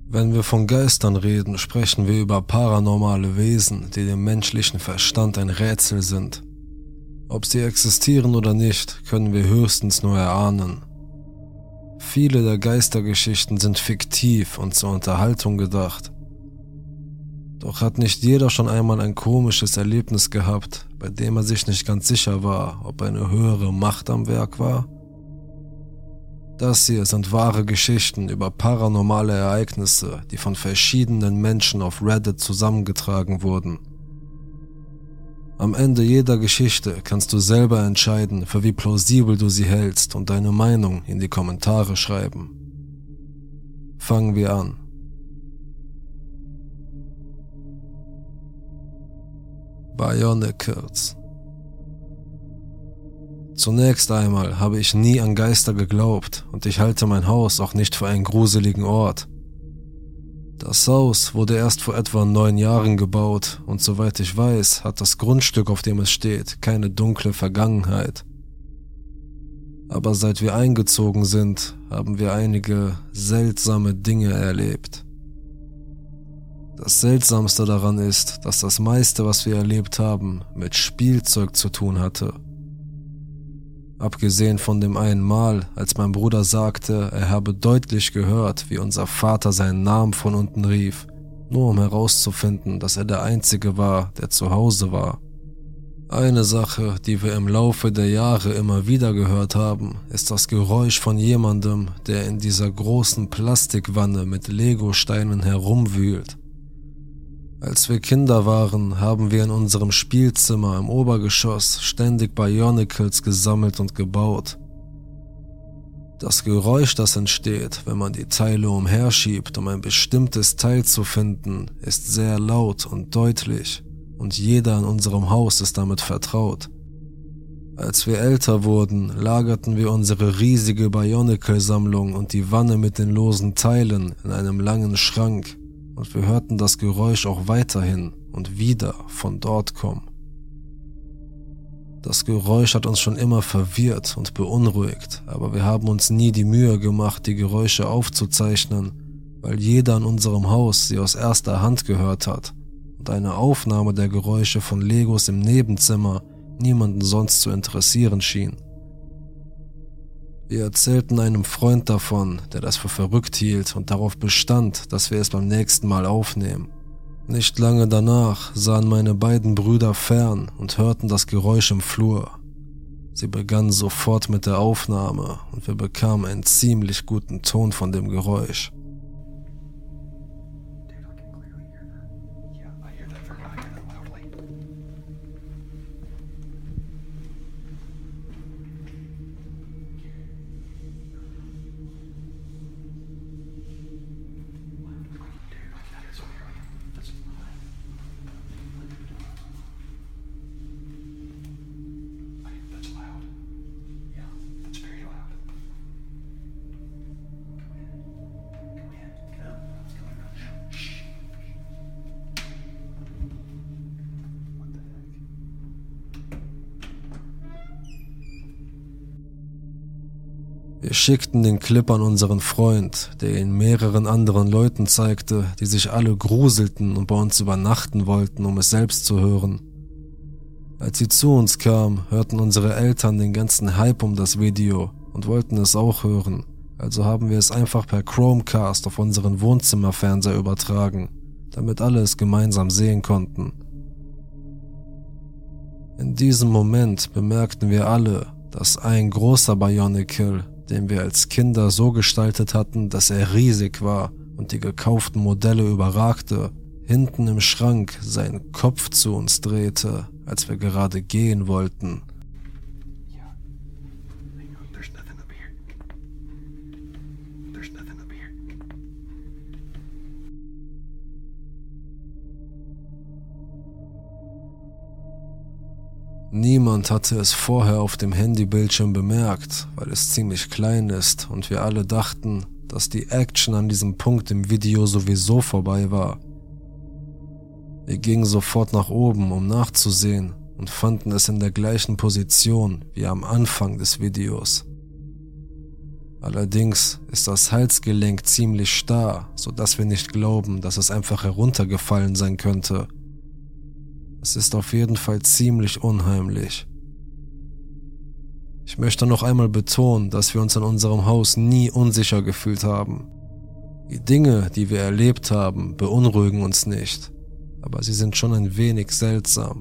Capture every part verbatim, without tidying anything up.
Wenn wir von Geistern reden, sprechen wir über paranormale Wesen, die dem menschlichen Verstand ein Rätsel sind. Ob sie existieren oder nicht, können wir höchstens nur erahnen. Viele der Geistergeschichten sind fiktiv und zur Unterhaltung gedacht. Doch hat nicht jeder schon einmal ein komisches Erlebnis gehabt, bei dem er sich nicht ganz sicher war, ob eine höhere Macht am Werk war? Das hier sind wahre Geschichten über paranormale Ereignisse, die von verschiedenen Menschen auf Reddit zusammengetragen wurden. Am Ende jeder Geschichte kannst du selber entscheiden, für wie plausibel du sie hältst und deine Meinung in die Kommentare schreiben. Fangen wir an. Bionicles. Zunächst einmal habe ich nie an Geister geglaubt und ich halte mein Haus auch nicht für einen gruseligen Ort. Das Haus wurde erst vor etwa neun Jahren gebaut und soweit ich weiß, hat das Grundstück, auf dem es steht, keine dunkle Vergangenheit. Aber seit wir eingezogen sind, haben wir einige seltsame Dinge erlebt. Das Seltsamste daran ist, dass das meiste, was wir erlebt haben, mit Spielzeug zu tun hatte. Abgesehen von dem einen Mal, als mein Bruder sagte, er habe deutlich gehört, wie unser Vater seinen Namen von unten rief, nur um herauszufinden, dass er der Einzige war, der zu Hause war. Eine Sache, die wir im Laufe der Jahre immer wieder gehört haben, ist das Geräusch von jemandem, der in dieser großen Plastikwanne mit Legosteinen herumwühlt. Als wir Kinder waren, haben wir in unserem Spielzimmer im Obergeschoss ständig Bionicles gesammelt und gebaut. Das Geräusch, das entsteht, wenn man die Teile umherschiebt, um ein bestimmtes Teil zu finden, ist sehr laut und deutlich und jeder in unserem Haus ist damit vertraut. Als wir älter wurden, lagerten wir unsere riesige Bionicle-Sammlung und die Wanne mit den losen Teilen in einem langen Schrank. Und wir hörten das Geräusch auch weiterhin und wieder von dort kommen. Das Geräusch hat uns schon immer verwirrt und beunruhigt, aber wir haben uns nie die Mühe gemacht, die Geräusche aufzuzeichnen, weil jeder in unserem Haus sie aus erster Hand gehört hat und eine Aufnahme der Geräusche von Legos im Nebenzimmer niemanden sonst zu interessieren schien. Wir erzählten einem Freund davon, der das für verrückt hielt und darauf bestand, dass wir es beim nächsten Mal aufnehmen. Nicht lange danach sahen meine beiden Brüder fern und hörten das Geräusch im Flur. Sie begannen sofort mit der Aufnahme und wir bekamen einen ziemlich guten Ton von dem Geräusch. Wir schickten den Clip an unseren Freund, der ihn mehreren anderen Leuten zeigte, die sich alle gruselten und bei uns übernachten wollten, um es selbst zu hören. Als sie zu uns kam, hörten unsere Eltern den ganzen Hype um das Video und wollten es auch hören, also haben wir es einfach per Chromecast auf unseren Wohnzimmerfernseher übertragen, damit alle es gemeinsam sehen konnten. In diesem Moment bemerkten wir alle, dass ein großer Bionicle, den wir als Kinder so gestaltet hatten, dass er riesig war und die gekauften Modelle überragte, hinten im Schrank seinen Kopf zu uns drehte, als wir gerade gehen wollten. Niemand hatte es vorher auf dem Handybildschirm bemerkt, weil es ziemlich klein ist und wir alle dachten, dass die Action an diesem Punkt im Video sowieso vorbei war. Wir gingen sofort nach oben, um nachzusehen und fanden es in der gleichen Position wie am Anfang des Videos. Allerdings ist das Halsgelenk ziemlich starr, sodass wir nicht glauben, dass es einfach heruntergefallen sein könnte. Es ist auf jeden Fall ziemlich unheimlich. Ich möchte noch einmal betonen, dass wir uns in unserem Haus nie unsicher gefühlt haben. Die Dinge, die wir erlebt haben, beunruhigen uns nicht, aber sie sind schon ein wenig seltsam.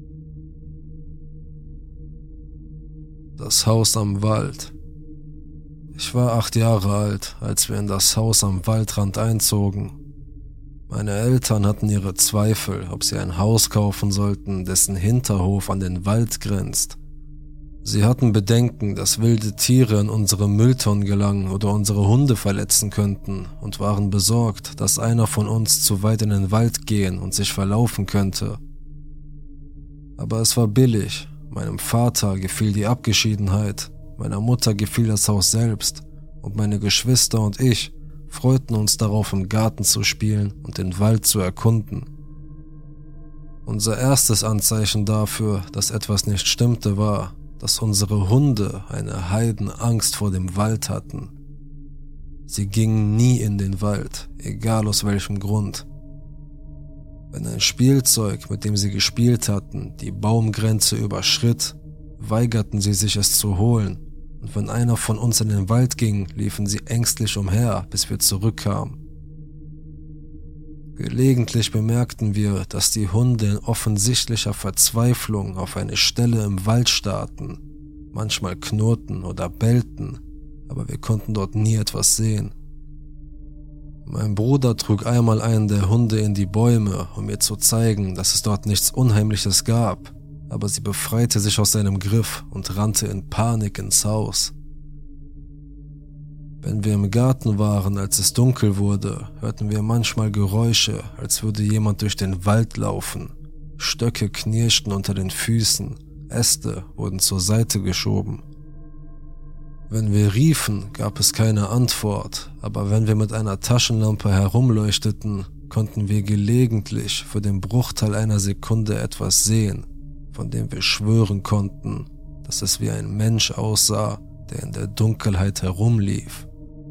Das Haus am Wald. Ich war acht Jahre alt, als wir in das Haus am Waldrand einzogen. Meine Eltern hatten ihre Zweifel, ob sie ein Haus kaufen sollten, dessen Hinterhof an den Wald grenzt. Sie hatten Bedenken, dass wilde Tiere in unsere Mülltonnen gelangen oder unsere Hunde verletzen könnten und waren besorgt, dass einer von uns zu weit in den Wald gehen und sich verlaufen könnte. Aber es war billig. Meinem Vater gefiel die Abgeschiedenheit, meiner Mutter gefiel das Haus selbst und meine Geschwister und ich freuten uns darauf, im Garten zu spielen und den Wald zu erkunden. Unser erstes Anzeichen dafür, dass etwas nicht stimmte, war, dass unsere Hunde eine Heidenangst vor dem Wald hatten. Sie gingen nie in den Wald, egal aus welchem Grund. Wenn ein Spielzeug, mit dem sie gespielt hatten, die Baumgrenze überschritt, weigerten sie sich, es zu holen, und wenn einer von uns in den Wald ging, liefen sie ängstlich umher, bis wir zurückkamen. Gelegentlich bemerkten wir, dass die Hunde in offensichtlicher Verzweiflung auf eine Stelle im Wald starrten, manchmal knurrten oder bellten, aber wir konnten dort nie etwas sehen. Mein Bruder trug einmal einen der Hunde in die Bäume, um mir zu zeigen, dass es dort nichts Unheimliches gab, aber sie befreite sich aus seinem Griff und rannte in Panik ins Haus. Wenn wir im Garten waren, als es dunkel wurde, hörten wir manchmal Geräusche, als würde jemand durch den Wald laufen. Stöcke knirschten unter den Füßen, Äste wurden zur Seite geschoben. Wenn wir riefen, gab es keine Antwort, aber wenn wir mit einer Taschenlampe herumleuchteten, konnten wir gelegentlich für den Bruchteil einer Sekunde etwas sehen, von dem wir schwören konnten, dass es wie ein Mensch aussah, der in der Dunkelheit herumlief.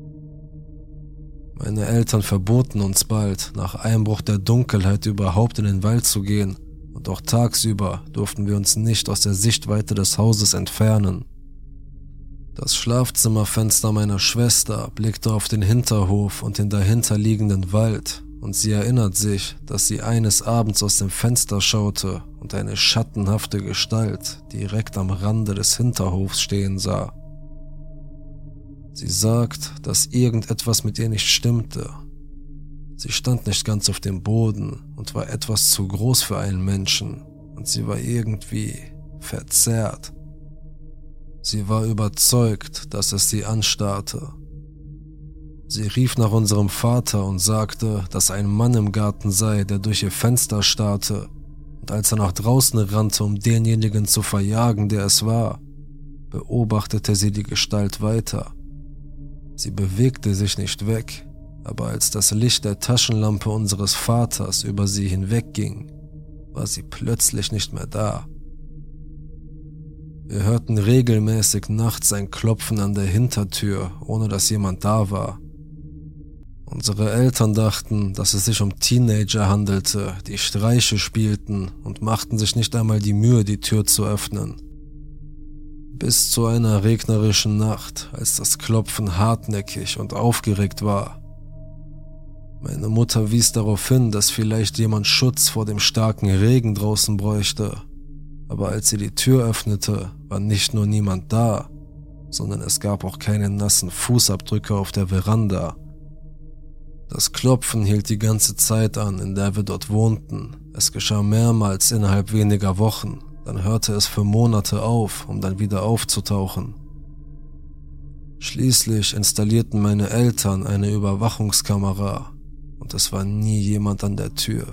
Meine Eltern verboten uns bald, nach Einbruch der Dunkelheit überhaupt in den Wald zu gehen, und auch tagsüber durften wir uns nicht aus der Sichtweite des Hauses entfernen. Das Schlafzimmerfenster meiner Schwester blickte auf den Hinterhof und den dahinterliegenden Wald, und sie erinnert sich, dass sie eines Abends aus dem Fenster schaute und eine schattenhafte Gestalt direkt am Rande des Hinterhofs stehen sah. Sie sagt, dass irgendetwas mit ihr nicht stimmte. Sie stand nicht ganz auf dem Boden und war etwas zu groß für einen Menschen, und sie war irgendwie verzerrt. Sie war überzeugt, dass es sie anstarrte. Sie rief nach unserem Vater und sagte, dass ein Mann im Garten sei, der durch ihr Fenster starrte, und als er nach draußen rannte, um denjenigen zu verjagen, der es war, beobachtete sie die Gestalt weiter. Sie bewegte sich nicht weg, aber als das Licht der Taschenlampe unseres Vaters über sie hinwegging, war sie plötzlich nicht mehr da. Wir hörten regelmäßig nachts ein Klopfen an der Hintertür, ohne dass jemand da war. Unsere Eltern dachten, dass es sich um Teenager handelte, die Streiche spielten und machten sich nicht einmal die Mühe, die Tür zu öffnen. Bis zu einer regnerischen Nacht, als das Klopfen hartnäckig und aufgeregt war. Meine Mutter wies darauf hin, dass vielleicht jemand Schutz vor dem starken Regen draußen bräuchte. Aber als sie die Tür öffnete, war nicht nur niemand da, sondern es gab auch keine nassen Fußabdrücke auf der Veranda. Das Klopfen hielt die ganze Zeit an, in der wir dort wohnten. Es geschah mehrmals innerhalb weniger Wochen. Dann hörte es für Monate auf, um dann wieder aufzutauchen. Schließlich installierten meine Eltern eine Überwachungskamera und es war nie jemand an der Tür.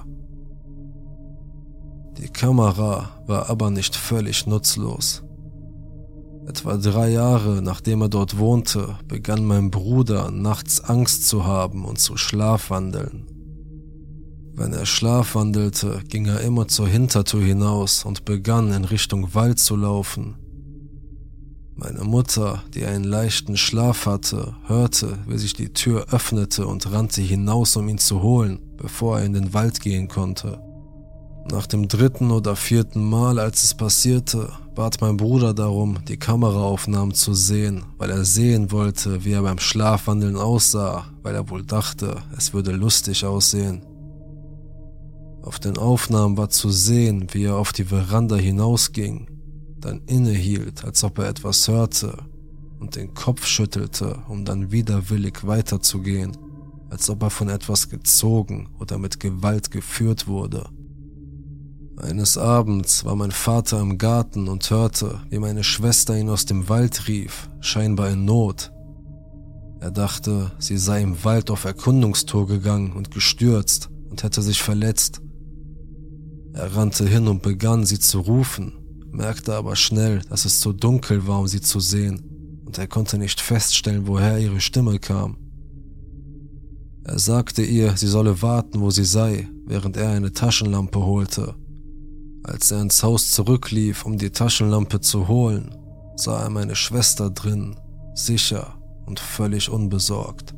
Die Kamera war aber nicht völlig nutzlos. Etwa drei Jahre nachdem er dort wohnte, begann mein Bruder nachts Angst zu haben und zu schlafwandeln. Wenn er schlafwandelte, ging er immer zur Hintertür hinaus und begann in Richtung Wald zu laufen. Meine Mutter, die einen leichten Schlaf hatte, hörte, wie sich die Tür öffnete und rannte hinaus, um ihn zu holen, bevor er in den Wald gehen konnte. Nach dem dritten oder vierten Mal, als es passierte, bat mein Bruder darum, die Kameraaufnahmen zu sehen, weil er sehen wollte, wie er beim Schlafwandeln aussah, weil er wohl dachte, es würde lustig aussehen. Auf den Aufnahmen war zu sehen, wie er auf die Veranda hinausging, dann innehielt, als ob er etwas hörte, und den Kopf schüttelte, um dann widerwillig weiterzugehen, als ob er von etwas gezogen oder mit Gewalt geführt wurde. Eines Abends war mein Vater im Garten und hörte, wie meine Schwester ihn aus dem Wald rief, scheinbar in Not. Er dachte, sie sei im Wald auf Erkundungstour gegangen und gestürzt und hätte sich verletzt. Er rannte hin und begann, sie zu rufen, merkte aber schnell, dass es zu dunkel war, um sie zu sehen, und er konnte nicht feststellen, woher ihre Stimme kam. Er sagte ihr, sie solle warten, wo sie sei, während er eine Taschenlampe holte. Als er ins Haus zurücklief, um die Taschenlampe zu holen, sah er meine Schwester drin, sicher und völlig unbesorgt.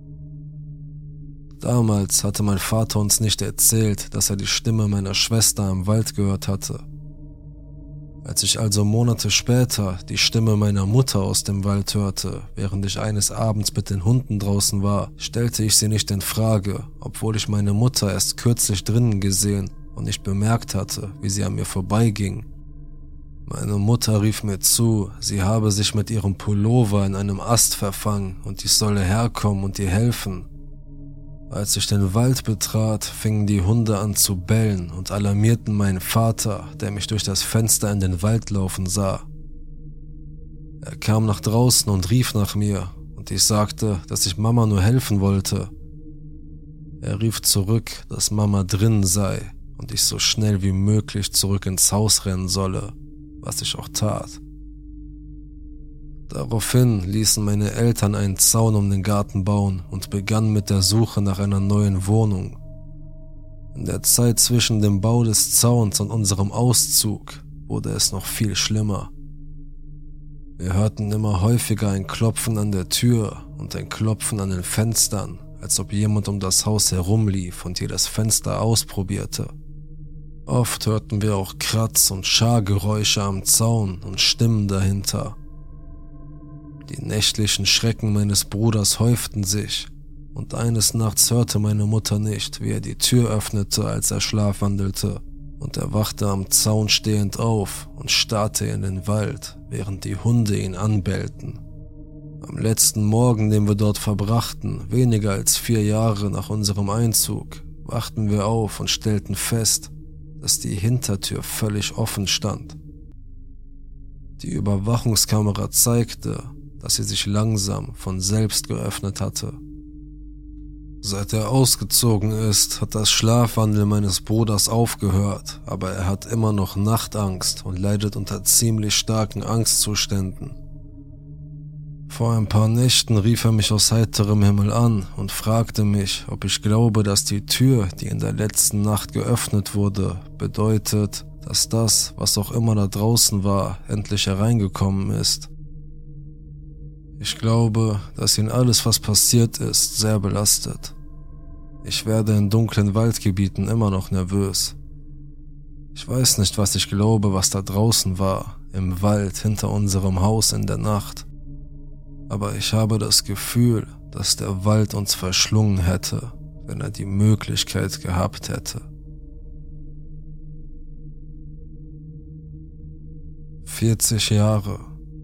Damals hatte mein Vater uns nicht erzählt, dass er die Stimme meiner Schwester im Wald gehört hatte. Als ich also Monate später die Stimme meiner Mutter aus dem Wald hörte, während ich eines Abends mit den Hunden draußen war, stellte ich sie nicht in Frage, obwohl ich meine Mutter erst kürzlich drinnen gesehen und nicht bemerkt hatte, wie sie an mir vorbeiging. Meine Mutter rief mir zu, sie habe sich mit ihrem Pullover in einem Ast verfangen und ich solle herkommen und ihr helfen. Als ich den Wald betrat, fingen die Hunde an zu bellen und alarmierten meinen Vater, der mich durch das Fenster in den Wald laufen sah. Er kam nach draußen und rief nach mir, und ich sagte, dass ich Mama nur helfen wollte. Er rief zurück, dass Mama drin sei und ich so schnell wie möglich zurück ins Haus rennen solle, was ich auch tat. Daraufhin ließen meine Eltern einen Zaun um den Garten bauen und begannen mit der Suche nach einer neuen Wohnung. In der Zeit zwischen dem Bau des Zauns und unserem Auszug wurde es noch viel schlimmer. Wir hörten immer häufiger ein Klopfen an der Tür und ein Klopfen an den Fenstern, als ob jemand um das Haus herumlief und jedes Fenster ausprobierte. Oft hörten wir auch Kratz- und Schargeräusche am Zaun und Stimmen dahinter. Die nächtlichen Schrecken meines Bruders häuften sich, und eines Nachts hörte meine Mutter nicht, wie er die Tür öffnete, als er schlafwandelte, und er wachte am Zaun stehend auf und starrte in den Wald, während die Hunde ihn anbellten. Am letzten Morgen, den wir dort verbrachten, weniger als vier Jahre nach unserem Einzug, wachten wir auf und stellten fest, dass die Hintertür völlig offen stand. Die Überwachungskamera zeigte, dass sie sich langsam von selbst geöffnet hatte. Seit er ausgezogen ist, hat das Schlafwandeln meines Bruders aufgehört, aber er hat immer noch Nachtangst und leidet unter ziemlich starken Angstzuständen. Vor ein paar Nächten rief er mich aus heiterem Himmel an und fragte mich, ob ich glaube, dass die Tür, die in der letzten Nacht geöffnet wurde, bedeutet, dass das, was auch immer da draußen war, endlich hereingekommen ist. Ich glaube, dass ihn alles, was passiert ist, sehr belastet. Ich werde in dunklen Waldgebieten immer noch nervös. Ich weiß nicht, was ich glaube, was da draußen war, im Wald hinter unserem Haus in der Nacht. Aber ich habe das Gefühl, dass der Wald uns verschlungen hätte, wenn er die Möglichkeit gehabt hätte. vierzig Jahre.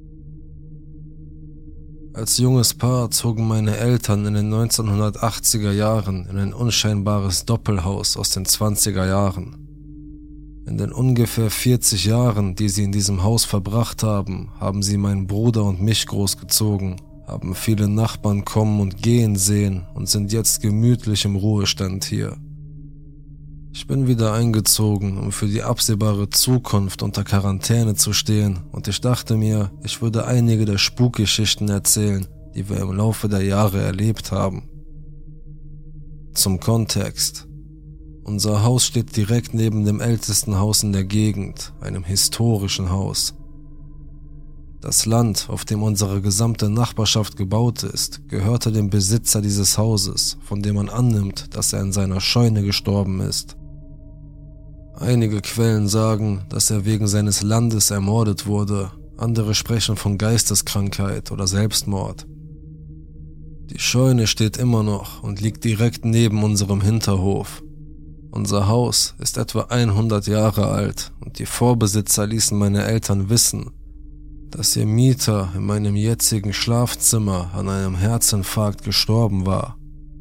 Als junges Paar zogen meine Eltern in den neunzehnhundertachtziger Jahren in ein unscheinbares Doppelhaus aus den zwanziger Jahren. In den ungefähr vierzig Jahren, die sie in diesem Haus verbracht haben, haben sie meinen Bruder und mich großgezogen, haben viele Nachbarn kommen und gehen sehen und sind jetzt gemütlich im Ruhestand hier. Ich bin wieder eingezogen, um für die absehbare Zukunft unter Quarantäne zu stehen, und ich dachte mir, ich würde einige der Spukgeschichten erzählen, die wir im Laufe der Jahre erlebt haben. Zum Kontext. Unser Haus steht direkt neben dem ältesten Haus in der Gegend, einem historischen Haus. Das Land, auf dem unsere gesamte Nachbarschaft gebaut ist, gehörte dem Besitzer dieses Hauses, von dem man annimmt, dass er in seiner Scheune gestorben ist. Einige Quellen sagen, dass er wegen seines Landes ermordet wurde, andere sprechen von Geisteskrankheit oder Selbstmord. Die Scheune steht immer noch und liegt direkt neben unserem Hinterhof. Unser Haus ist etwa hundert Jahre alt und die Vorbesitzer ließen meine Eltern wissen, dass ihr Mieter in meinem jetzigen Schlafzimmer an einem Herzinfarkt gestorben war.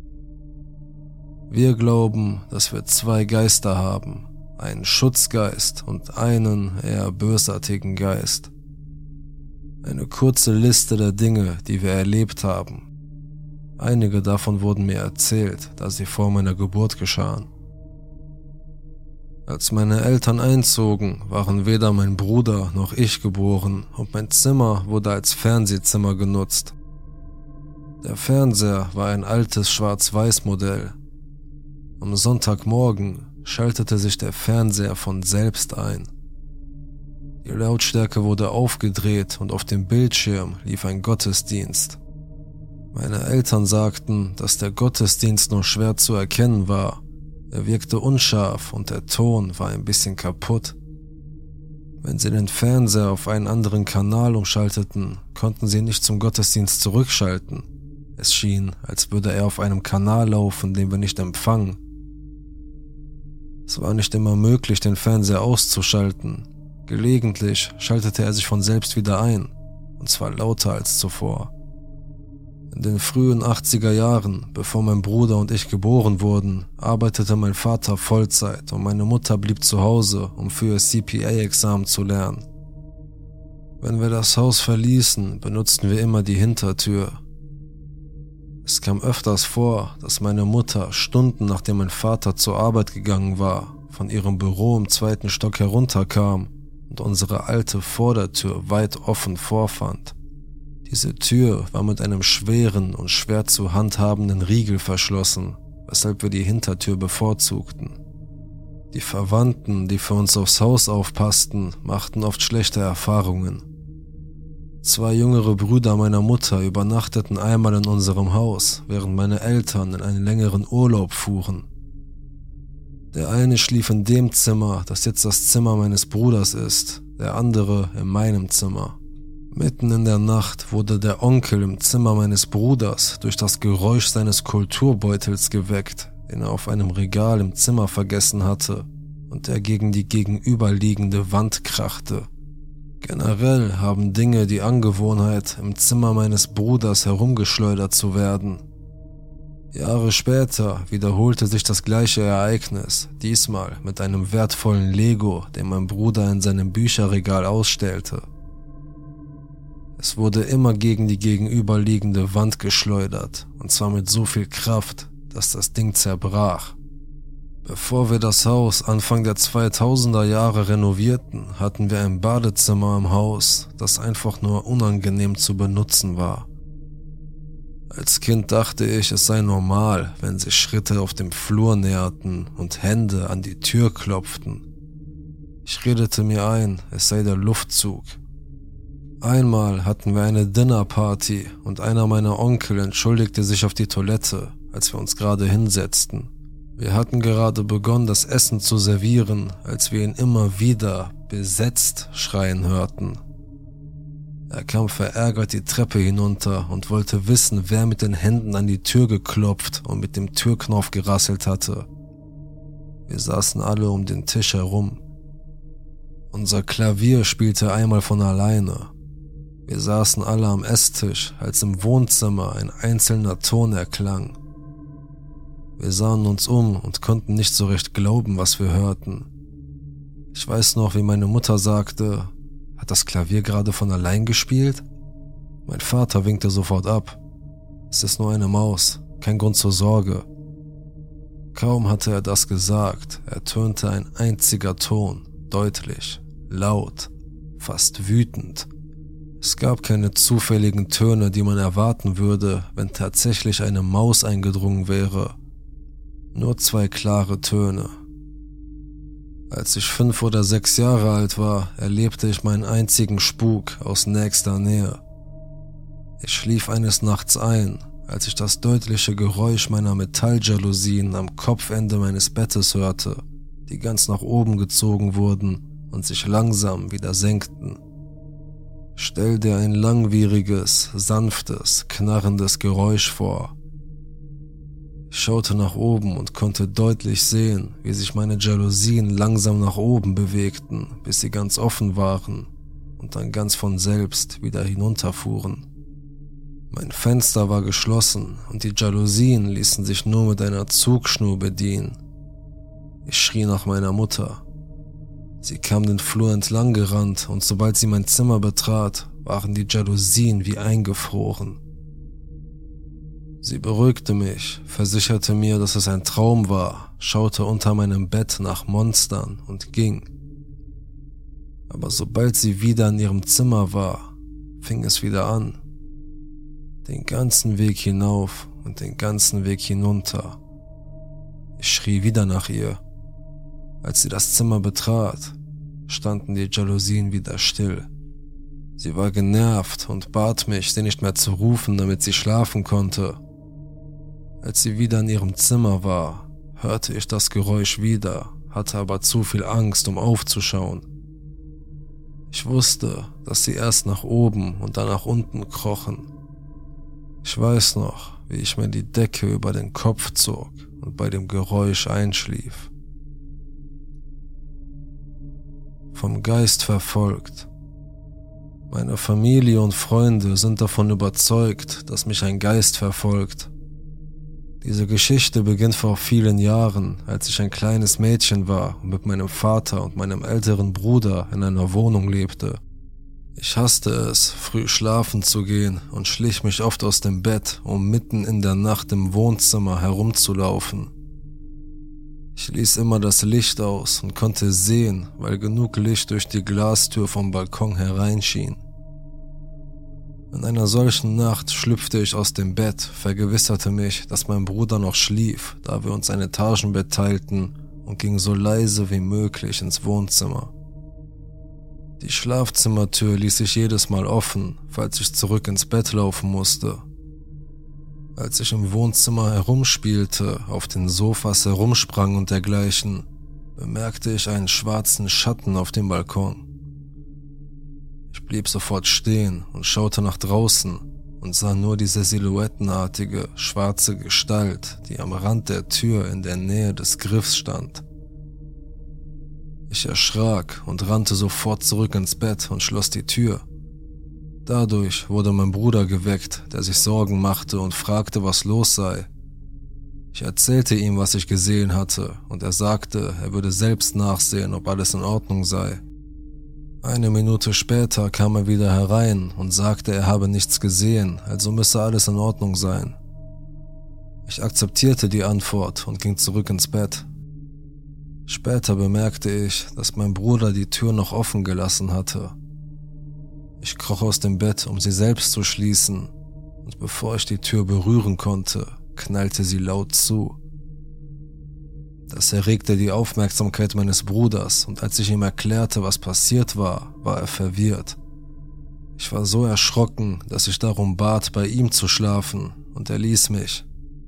Wir glauben, dass wir zwei Geister haben, einen Schutzgeist und einen eher bösartigen Geist. Eine kurze Liste der Dinge, die wir erlebt haben. Einige davon wurden mir erzählt, da sie vor meiner Geburt geschahen. Als meine Eltern einzogen, waren weder mein Bruder noch ich geboren und mein Zimmer wurde als Fernsehzimmer genutzt. Der Fernseher war ein altes Schwarz-Weiß-Modell. Am Sonntagmorgen schaltete sich der Fernseher von selbst ein. Die Lautstärke wurde aufgedreht und auf dem Bildschirm lief ein Gottesdienst. Meine Eltern sagten, dass der Gottesdienst nur schwer zu erkennen war. Er wirkte unscharf und der Ton war ein bisschen kaputt. Wenn sie den Fernseher auf einen anderen Kanal umschalteten, konnten sie nicht zum Gottesdienst zurückschalten. Es schien, als würde er auf einem Kanal laufen, den wir nicht empfangen. Es war nicht immer möglich, den Fernseher auszuschalten. Gelegentlich schaltete er sich von selbst wieder ein, und zwar lauter als zuvor. In den frühen achtziger Jahren, bevor mein Bruder und ich geboren wurden, arbeitete mein Vater Vollzeit und meine Mutter blieb zu Hause, um für ihr C P A-Examen zu lernen. Wenn wir das Haus verließen, benutzten wir immer die Hintertür. Es kam öfters vor, dass meine Mutter Stunden nachdem mein Vater zur Arbeit gegangen war, von ihrem Büro im zweiten Stock herunterkam und unsere alte Vordertür weit offen vorfand. Diese Tür war mit einem schweren und schwer zu handhabenden Riegel verschlossen, weshalb wir die Hintertür bevorzugten. Die Verwandten, die für uns aufs Haus aufpassten, machten oft schlechte Erfahrungen. Zwei jüngere Brüder meiner Mutter übernachteten einmal in unserem Haus, während meine Eltern in einen längeren Urlaub fuhren. Der eine schlief in dem Zimmer, das jetzt das Zimmer meines Bruders ist, der andere in meinem Zimmer. Mitten in der Nacht wurde der Onkel im Zimmer meines Bruders durch das Geräusch seines Kulturbeutels geweckt, den er auf einem Regal im Zimmer vergessen hatte und der gegen die gegenüberliegende Wand krachte. Generell haben Dinge die Angewohnheit, im Zimmer meines Bruders herumgeschleudert zu werden. Jahre später wiederholte sich das gleiche Ereignis, diesmal mit einem wertvollen Lego, den mein Bruder in seinem Bücherregal ausstellte. Es wurde immer gegen die gegenüberliegende Wand geschleudert, und zwar mit so viel Kraft, dass das Ding zerbrach. Bevor wir das Haus Anfang der zweitausender Jahre renovierten, hatten wir ein Badezimmer im Haus, das einfach nur unangenehm zu benutzen war. Als Kind dachte ich, es sei normal, wenn sich Schritte auf dem Flur näherten und Hände an die Tür klopften. Ich redete mir ein, es sei der Luftzug. Einmal hatten wir eine Dinnerparty und einer meiner Onkel entschuldigte sich auf die Toilette, als wir uns gerade hinsetzten. Wir hatten gerade begonnen, das Essen zu servieren, als wir ihn immer wieder besetzt schreien hörten. Er kam verärgert die Treppe hinunter und wollte wissen, wer mit den Händen an die Tür geklopft und mit dem Türknauf gerasselt hatte. Wir saßen alle um den Tisch herum. Unser Klavier spielte einmal von alleine. Wir saßen alle am Esstisch, als im Wohnzimmer ein einzelner Ton erklang. Wir sahen uns um und konnten nicht so recht glauben, was wir hörten. Ich weiß noch, wie meine Mutter sagte, hat das Klavier gerade von allein gespielt? Mein Vater winkte sofort ab. Es ist nur eine Maus, kein Grund zur Sorge. Kaum hatte er das gesagt, ertönte ein einziger Ton, deutlich, laut, fast wütend. Es gab keine zufälligen Töne, die man erwarten würde, wenn tatsächlich eine Maus eingedrungen wäre. Nur zwei klare Töne. Als ich fünf oder sechs Jahre alt war, erlebte ich meinen einzigen Spuk aus nächster Nähe. Ich schlief eines Nachts ein, als ich das deutliche Geräusch meiner Metalljalousien am Kopfende meines Bettes hörte, die ganz nach oben gezogen wurden und sich langsam wieder senkten. Stell dir ein langwieriges, sanftes, knarrendes Geräusch vor. Ich schaute nach oben und konnte deutlich sehen, wie sich meine Jalousien langsam nach oben bewegten, bis sie ganz offen waren und dann ganz von selbst wieder hinunterfuhren. Mein Fenster war geschlossen und die Jalousien ließen sich nur mit einer Zugschnur bedienen. Ich schrie nach meiner Mutter. Sie kam den Flur entlang gerannt und sobald sie mein Zimmer betrat, waren die Jalousien wie eingefroren. Sie beruhigte mich, versicherte mir, dass es ein Traum war, schaute unter meinem Bett nach Monstern und ging. Aber sobald sie wieder in ihrem Zimmer war, fing es wieder an. Den ganzen Weg hinauf und den ganzen Weg hinunter. Ich schrie wieder nach ihr. Als sie das Zimmer betrat, standen die Jalousien wieder still. Sie war genervt und bat mich, sie nicht mehr zu rufen, damit sie schlafen konnte. Als sie wieder in ihrem Zimmer war, hörte ich das Geräusch wieder, hatte aber zu viel Angst, um aufzuschauen. Ich wusste, dass sie erst nach oben und dann nach unten krochen. Ich weiß noch, wie ich mir die Decke über den Kopf zog und bei dem Geräusch einschlief. Vom Geist verfolgt. Meine Familie und Freunde sind davon überzeugt, dass mich ein Geist verfolgt. Diese Geschichte beginnt vor vielen Jahren, als ich ein kleines Mädchen war und mit meinem Vater und meinem älteren Bruder in einer Wohnung lebte. Ich hasste es, früh schlafen zu gehen und schlich mich oft aus dem Bett, um mitten in der Nacht im Wohnzimmer herumzulaufen. Ich ließ immer das Licht aus und konnte sehen, weil genug Licht durch die Glastür vom Balkon hereinschien. In einer solchen Nacht schlüpfte ich aus dem Bett, vergewisserte mich, dass mein Bruder noch schlief, da wir uns ein Etagenbett teilten, und ging so leise wie möglich ins Wohnzimmer. Die Schlafzimmertür ließ ich jedes Mal offen, falls ich zurück ins Bett laufen musste. Als ich im Wohnzimmer herumspielte, auf den Sofas herumsprang und dergleichen, bemerkte ich einen schwarzen Schatten auf dem Balkon. Ich blieb sofort stehen und schaute nach draußen und sah nur diese silhouettenartige, schwarze Gestalt, die am Rand der Tür in der Nähe des Griffs stand. Ich erschrak und rannte sofort zurück ins Bett und schloss die Tür. Dadurch wurde mein Bruder geweckt, der sich Sorgen machte und fragte, was los sei. Ich erzählte ihm, was ich gesehen hatte, und er sagte, er würde selbst nachsehen, ob alles in Ordnung sei. Eine Minute später kam er wieder herein und sagte, er habe nichts gesehen, also müsse alles in Ordnung sein. Ich akzeptierte die Antwort und ging zurück ins Bett. Später bemerkte ich, dass mein Bruder die Tür noch offen gelassen hatte. Ich kroch aus dem Bett, um sie selbst zu schließen, und bevor ich die Tür berühren konnte, knallte sie laut zu. Das erregte die Aufmerksamkeit meines Bruders, und als ich ihm erklärte, was passiert war, war er verwirrt. Ich war so erschrocken, dass ich darum bat, bei ihm zu schlafen, und er ließ mich.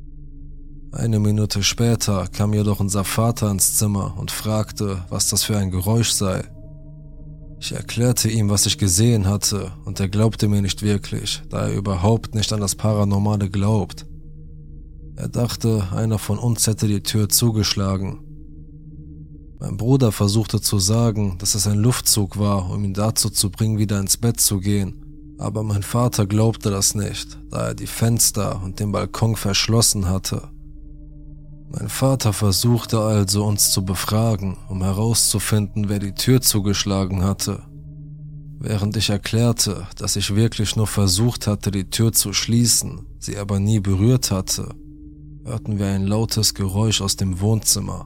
Eine Minute später kam jedoch unser Vater ins Zimmer und fragte, was das für ein Geräusch sei. Ich erklärte ihm, was ich gesehen hatte, und er glaubte mir nicht wirklich, da er überhaupt nicht an das Paranormale glaubt. Er dachte, einer von uns hätte die Tür zugeschlagen. Mein Bruder versuchte zu sagen, dass es ein Luftzug war, um ihn dazu zu bringen, wieder ins Bett zu gehen, aber mein Vater glaubte das nicht, da er die Fenster und den Balkon verschlossen hatte. Mein Vater versuchte also, uns zu befragen, um herauszufinden, wer die Tür zugeschlagen hatte. Während ich erklärte, dass ich wirklich nur versucht hatte, die Tür zu schließen, sie aber nie berührt hatte, hörten wir ein lautes Geräusch aus dem Wohnzimmer.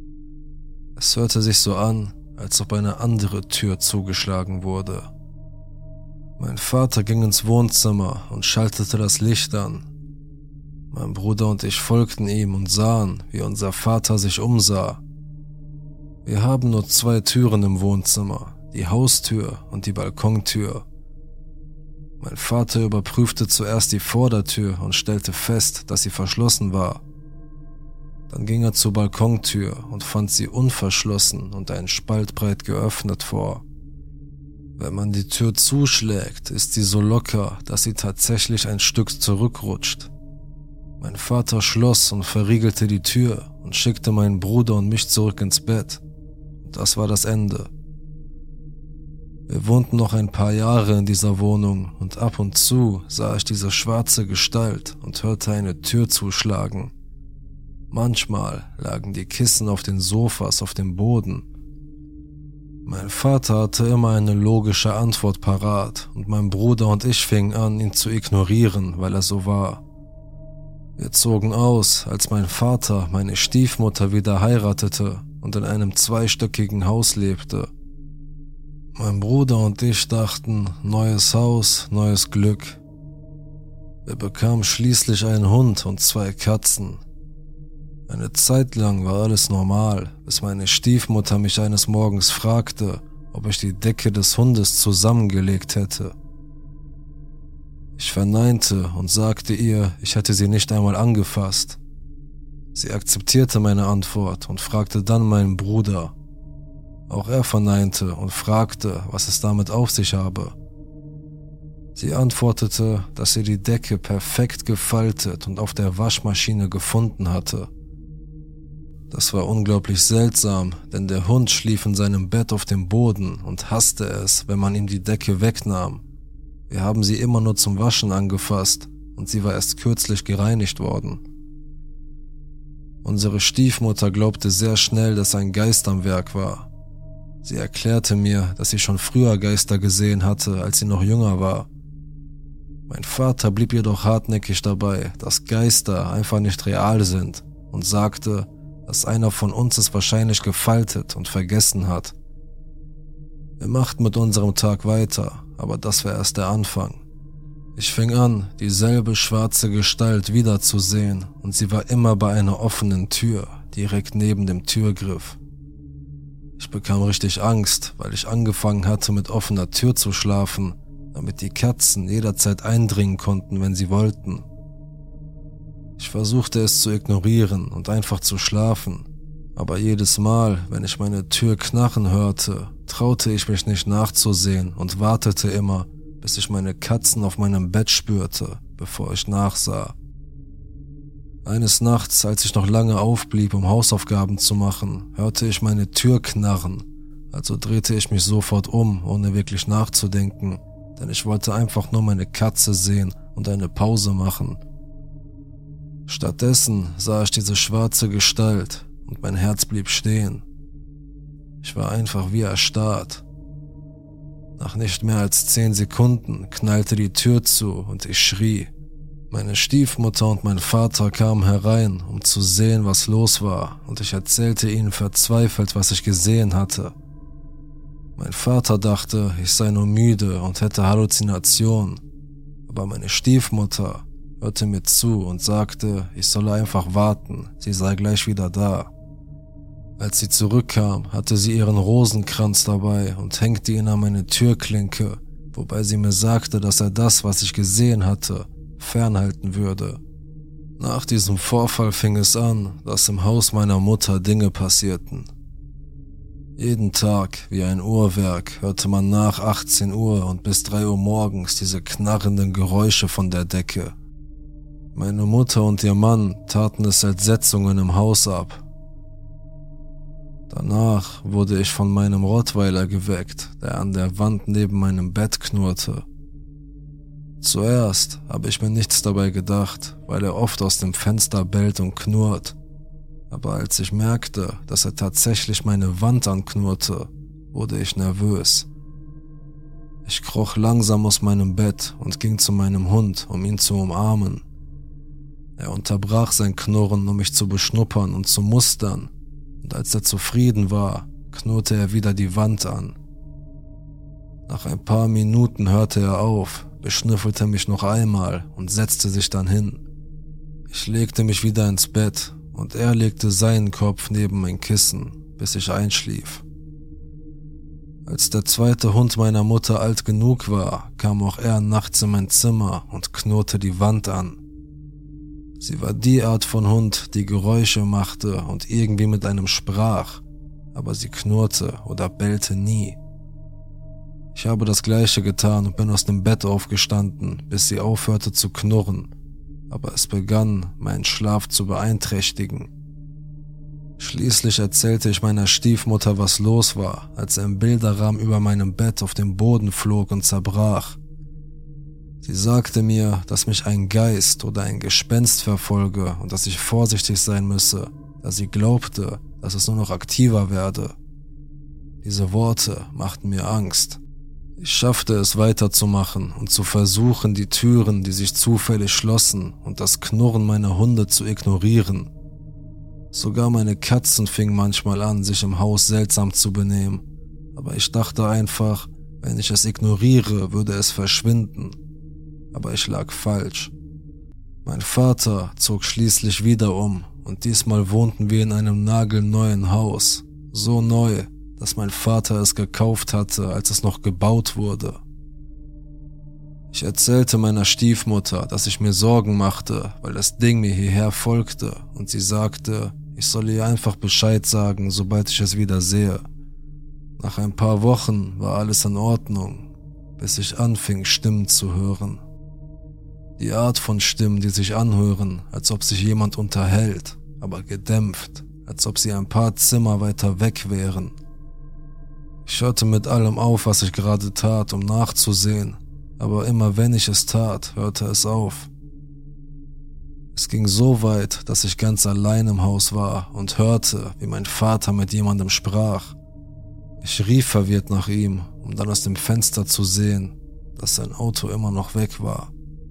Es hörte sich so an, als ob eine andere Tür zugeschlagen wurde. Mein Vater ging ins Wohnzimmer und schaltete das Licht an. Mein Bruder und ich folgten ihm und sahen, wie unser Vater sich umsah. Wir haben nur zwei Türen im Wohnzimmer, die Haustür und die Balkontür. Mein Vater überprüfte zuerst die Vordertür und stellte fest, dass sie verschlossen war. Dann ging er zur Balkontür und fand sie unverschlossen und einen Spalt breit geöffnet vor. Wenn man die Tür zuschlägt, ist sie so locker, dass sie tatsächlich ein Stück zurückrutscht. Mein Vater schloss und verriegelte die Tür und schickte meinen Bruder und mich zurück ins Bett. Das war das Ende. Wir wohnten noch ein paar Jahre in dieser Wohnung und ab und zu sah ich diese schwarze Gestalt und hörte eine Tür zuschlagen. Manchmal lagen die Kissen auf den Sofas auf dem Boden. Mein Vater hatte immer eine logische Antwort parat und mein Bruder und ich fingen an, ihn zu ignorieren, weil er so war. Wir zogen aus, als mein Vater meine Stiefmutter wieder heiratete und in einem zweistöckigen Haus lebte. Mein Bruder und ich dachten, neues Haus, neues Glück. Wir bekamen schließlich einen Hund und zwei Katzen. Eine Zeit lang war alles normal, bis meine Stiefmutter mich eines Morgens fragte, ob ich die Decke des Hundes zusammengelegt hätte. Ich verneinte und sagte ihr, ich hätte sie nicht einmal angefasst. Sie akzeptierte meine Antwort und fragte dann meinen Bruder. Auch er verneinte und fragte, was es damit auf sich habe. Sie antwortete, dass sie die Decke perfekt gefaltet und auf der Waschmaschine gefunden hatte. Das war unglaublich seltsam, denn der Hund schlief in seinem Bett auf dem Boden und hasste es, wenn man ihm die Decke wegnahm. Wir haben sie immer nur zum Waschen angefasst und sie war erst kürzlich gereinigt worden. Unsere Stiefmutter glaubte sehr schnell, dass ein Geist am Werk war. Sie erklärte mir, dass sie schon früher Geister gesehen hatte, als sie noch jünger war. Mein Vater blieb jedoch hartnäckig dabei, dass Geister einfach nicht real sind und sagte, dass einer von uns es wahrscheinlich gefaltet und vergessen hat. Wir machten mit unserem Tag weiter, aber das war erst der Anfang. Ich fing an, dieselbe schwarze Gestalt wiederzusehen und sie war immer bei einer offenen Tür, direkt neben dem Türgriff. Ich bekam richtig Angst, weil ich angefangen hatte, mit offener Tür zu schlafen, damit die Katzen jederzeit eindringen konnten, wenn sie wollten. Ich versuchte es zu ignorieren und einfach zu schlafen, aber jedes Mal, wenn ich meine Tür knarren hörte, traute ich mich nicht nachzusehen und wartete immer, bis ich meine Katzen auf meinem Bett spürte, bevor ich nachsah. Eines Nachts, als ich noch lange aufblieb, um Hausaufgaben zu machen, hörte ich meine Tür knarren, also drehte ich mich sofort um, ohne wirklich nachzudenken, denn ich wollte einfach nur meine Katze sehen und eine Pause machen. Stattdessen sah ich diese schwarze Gestalt und mein Herz blieb stehen. Ich war einfach wie erstarrt. Nach nicht mehr als zehn Sekunden knallte die Tür zu und ich schrie. Meine Stiefmutter und mein Vater kamen herein, um zu sehen, was los war, und ich erzählte ihnen verzweifelt, was ich gesehen hatte. Mein Vater dachte, ich sei nur müde und hätte Halluzinationen, aber meine Stiefmutter hörte mir zu und sagte, ich solle einfach warten, sie sei gleich wieder da. Als sie zurückkam, hatte sie ihren Rosenkranz dabei und hängte ihn an meine Türklinke, wobei sie mir sagte, dass er das, was ich gesehen hatte, fernhalten würde. Nach diesem Vorfall fing es an, dass im Haus meiner Mutter Dinge passierten. Jeden Tag, wie ein Uhrwerk, hörte man nach achtzehn Uhr und bis drei Uhr morgens diese knarrenden Geräusche von der Decke. Meine Mutter und ihr Mann taten es als Setzungen im Haus ab. Danach wurde ich von meinem Rottweiler geweckt, der an der Wand neben meinem Bett knurrte. Zuerst habe ich mir nichts dabei gedacht, weil er oft aus dem Fenster bellt und knurrt. Aber als ich merkte, dass er tatsächlich meine Wand anknurrte, wurde ich nervös. Ich kroch langsam aus meinem Bett und ging zu meinem Hund, um ihn zu umarmen. Er unterbrach sein Knurren, um mich zu beschnuppern und zu mustern, und als er zufrieden war, knurrte er wieder die Wand an. Nach ein paar Minuten hörte er auf, beschnüffelte mich noch einmal und setzte sich dann hin. Ich legte mich wieder ins Bett und er legte seinen Kopf neben mein Kissen, bis ich einschlief. Als der zweite Hund meiner Mutter alt genug war, kam auch er nachts in mein Zimmer und knurrte die Wand an. Sie war die Art von Hund, die Geräusche machte und irgendwie mit einem sprach, aber sie knurrte oder bellte nie. Ich habe das Gleiche getan und bin aus dem Bett aufgestanden, bis sie aufhörte zu knurren, aber es begann, meinen Schlaf zu beeinträchtigen. Schließlich erzählte ich meiner Stiefmutter, was los war, als ein Bilderrahmen über meinem Bett auf den Boden flog und zerbrach. Sie sagte mir, dass mich ein Geist oder ein Gespenst verfolge und dass ich vorsichtig sein müsse, da sie glaubte, dass es nur noch aktiver werde. Diese Worte machten mir Angst. Ich schaffte es weiterzumachen und zu versuchen, die Türen, die sich zufällig schlossen, und das Knurren meiner Hunde zu ignorieren. Sogar meine Katzen fingen manchmal an, sich im Haus seltsam zu benehmen, aber ich dachte einfach, wenn ich es ignoriere, würde es verschwinden. Aber ich lag falsch. Mein Vater zog schließlich wieder um und diesmal wohnten wir in einem nagelneuen Haus, so neu, dass mein Vater es gekauft hatte, als es noch gebaut wurde. Ich erzählte meiner Stiefmutter, dass ich mir Sorgen machte, weil das Ding mir hierher folgte, und sie sagte, ich solle ihr einfach Bescheid sagen, sobald ich es wieder sehe. Nach ein paar Wochen war alles in Ordnung, bis ich anfing, Stimmen zu hören. Die Art von Stimmen, die sich anhören, als ob sich jemand unterhält, aber gedämpft, als ob sie ein paar Zimmer weiter weg wären. Ich hörte mit allem auf, was ich gerade tat, um nachzusehen, aber immer wenn ich es tat, hörte es auf. Es ging so weit, dass ich ganz allein im Haus war und hörte, wie mein Vater mit jemandem sprach. Ich rief verwirrt nach ihm, um dann aus dem Fenster zu sehen, dass sein Auto immer noch weg war.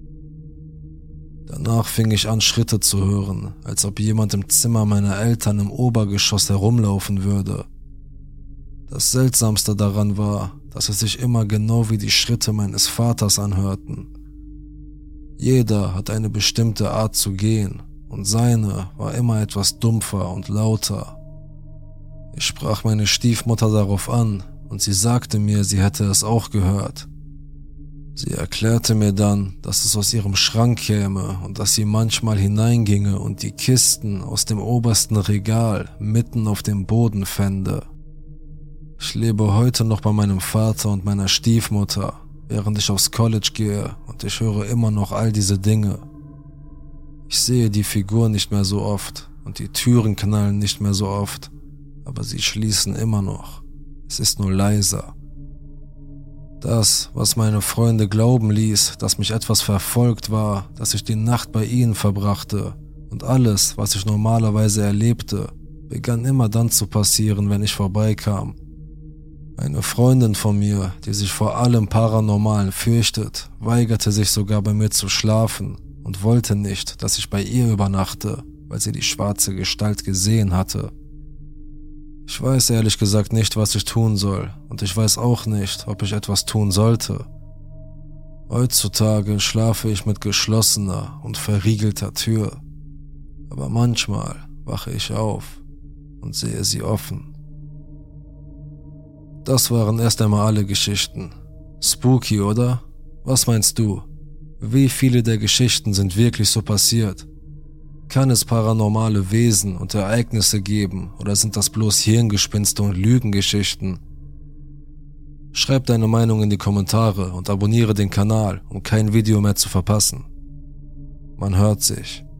Danach fing ich an, Schritte zu hören, als ob jemand im Zimmer meiner Eltern im Obergeschoss herumlaufen würde. Das Seltsamste daran war, dass es sich immer genau wie die Schritte meines Vaters anhörten. Jeder hat eine bestimmte Art zu gehen, und seine war immer etwas dumpfer und lauter. Ich sprach meine Stiefmutter darauf an, und sie sagte mir, sie hätte es auch gehört. Sie erklärte mir dann, dass es aus ihrem Schrank käme und dass sie manchmal hineinginge und die Kisten aus dem obersten Regal mitten auf dem Boden fände. Ich lebe heute noch bei meinem Vater und meiner Stiefmutter, während ich aufs College gehe, und ich höre immer noch all diese Dinge. Ich sehe die Figur nicht mehr so oft und die Türen knallen nicht mehr so oft, aber sie schließen immer noch. Es ist nur leiser. Das, was meine Freunde glauben ließ, dass mich etwas verfolgt, war, dass ich die Nacht bei ihnen verbrachte, und alles, was ich normalerweise erlebte, begann immer dann zu passieren, wenn ich vorbeikam. Eine Freundin von mir, die sich vor allem Paranormalen fürchtet, weigerte sich sogar bei mir zu schlafen und wollte nicht, dass ich bei ihr übernachte, weil sie die schwarze Gestalt gesehen hatte. Ich weiß ehrlich gesagt nicht, was ich tun soll, und ich weiß auch nicht, ob ich etwas tun sollte. Heutzutage schlafe ich mit geschlossener und verriegelter Tür, aber manchmal wache ich auf und sehe sie offen. Das waren erst einmal alle Geschichten. Spooky, oder? Was meinst du? Wie viele der Geschichten sind wirklich so passiert? Kann es paranormale Wesen und Ereignisse geben, oder sind das bloß Hirngespinste und Lügengeschichten? Schreib deine Meinung in die Kommentare und abonniere den Kanal, um kein Video mehr zu verpassen. Man hört sich.